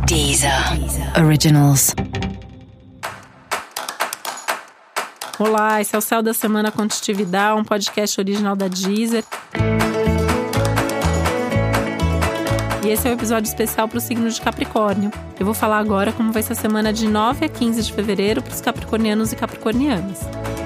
Deezer Originals. Olá, esse é o Céu da Semana com Titividade, um podcast original da Deezer. E esse é o episódio especial para o signo de Capricórnio. Eu vou falar agora como vai ser a semana de 9 a 15 de fevereiro para os capricornianos e capricornianas.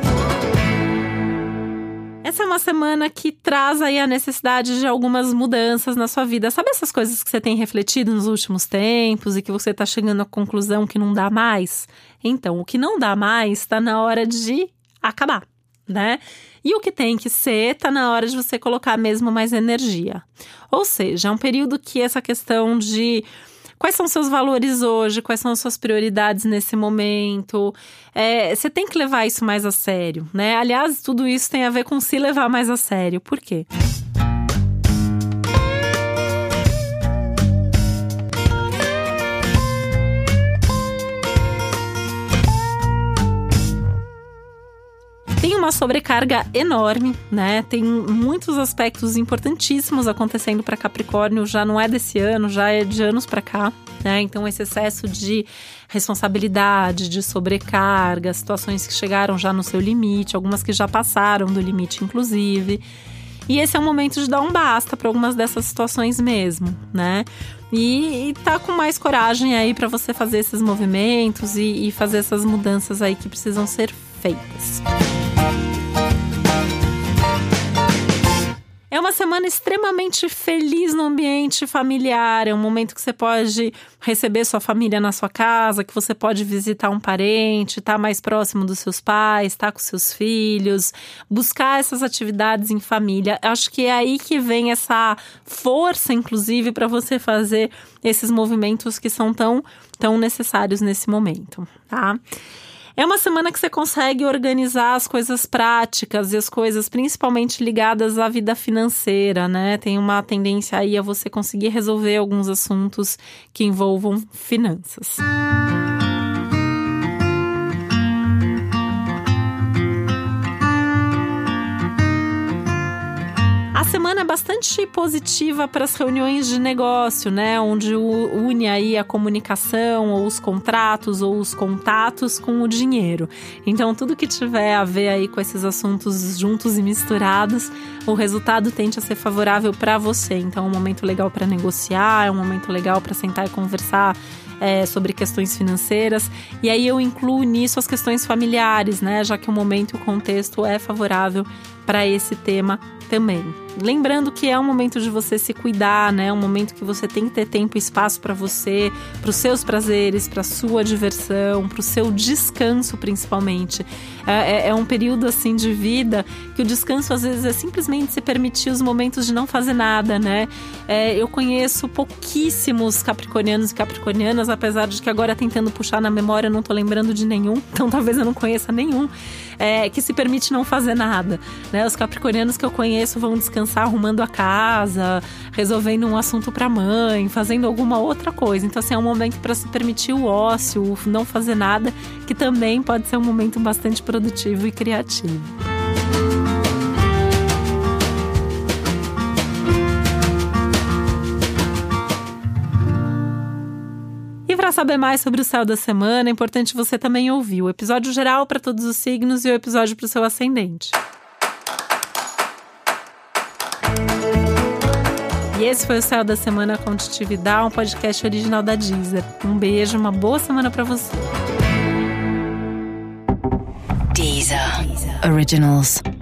Essa é uma semana que traz aí a necessidade de algumas mudanças na sua vida. Sabe essas coisas que você tem refletido nos últimos tempos e que você está chegando à conclusão que não dá mais? Então, o que não dá mais está na hora de acabar, né? E o que tem que ser, está na hora de você colocar mesmo mais energia. Ou seja, é um período que essa questão de quais são seus valores hoje, quais são as suas prioridades nesse momento, você tem que levar isso mais a sério, né? Aliás, tudo isso tem a ver com se levar mais a sério. Por quê? Tem uma sobrecarga enorme, né? Tem muitos aspectos importantíssimos acontecendo para Capricórnio, já não é desse ano, já é de anos para cá, né? Então esse excesso de responsabilidade, de sobrecarga, situações que chegaram já no seu limite, algumas que já passaram do limite, inclusive. E esse é o momento de dar um basta para algumas dessas situações mesmo, né? E tá com mais coragem aí para você fazer esses movimentos e fazer essas mudanças aí que precisam ser feitas. É uma semana extremamente feliz no ambiente familiar, é um momento que você pode receber sua família na sua casa, que você pode visitar um parente, estar mais próximo dos seus pais, estar com seus filhos, buscar essas atividades em família. Acho que é aí que vem essa força, inclusive, para você fazer esses movimentos que são tão necessários nesse momento, tá? É uma semana que você consegue organizar as coisas práticas e as coisas principalmente ligadas à vida financeira, né? Tem uma tendência aí a você conseguir resolver alguns assuntos que envolvam finanças. A semana é bastante positiva para as reuniões de negócio, né? Onde une aí a comunicação, ou os contratos, ou os contatos com o dinheiro. Então, tudo que tiver a ver aí com esses assuntos juntos e misturados, o resultado tende a ser favorável para você. Então, é um momento legal para negociar, é um momento legal para sentar e conversar sobre questões financeiras. E aí eu incluo nisso as questões familiares, né? Já que o momento e o contexto é favorável para esse tema também. Lembrando que é um momento de você se cuidar, né? Um momento que você tem que ter tempo e espaço para você, para os seus prazeres, para a sua diversão, para o seu descanso principalmente. É um período assim de vida que o descanso às vezes é simplesmente se permitir os momentos de não fazer nada, né? Eu conheço pouquíssimos capricornianos e capricornianas, apesar de que agora tentando puxar na memória eu não tô lembrando de nenhum, então talvez eu não conheça nenhum, que se permite não fazer nada, né? Os capricornianos que eu conheço vão descansar arrumando a casa, resolvendo um assunto para a mãe, fazendo alguma outra coisa. Então, assim, é um momento para se permitir o ócio, o não fazer nada, que também pode ser um momento bastante produtivo e criativo. E para saber mais sobre o céu da semana, é importante você também ouvir o episódio geral para todos os signos e o episódio para o seu ascendente. E esse foi o Céu da Semana com Titividade, um podcast original da Deezer. Um beijo, uma boa semana para você. Deezer Originals.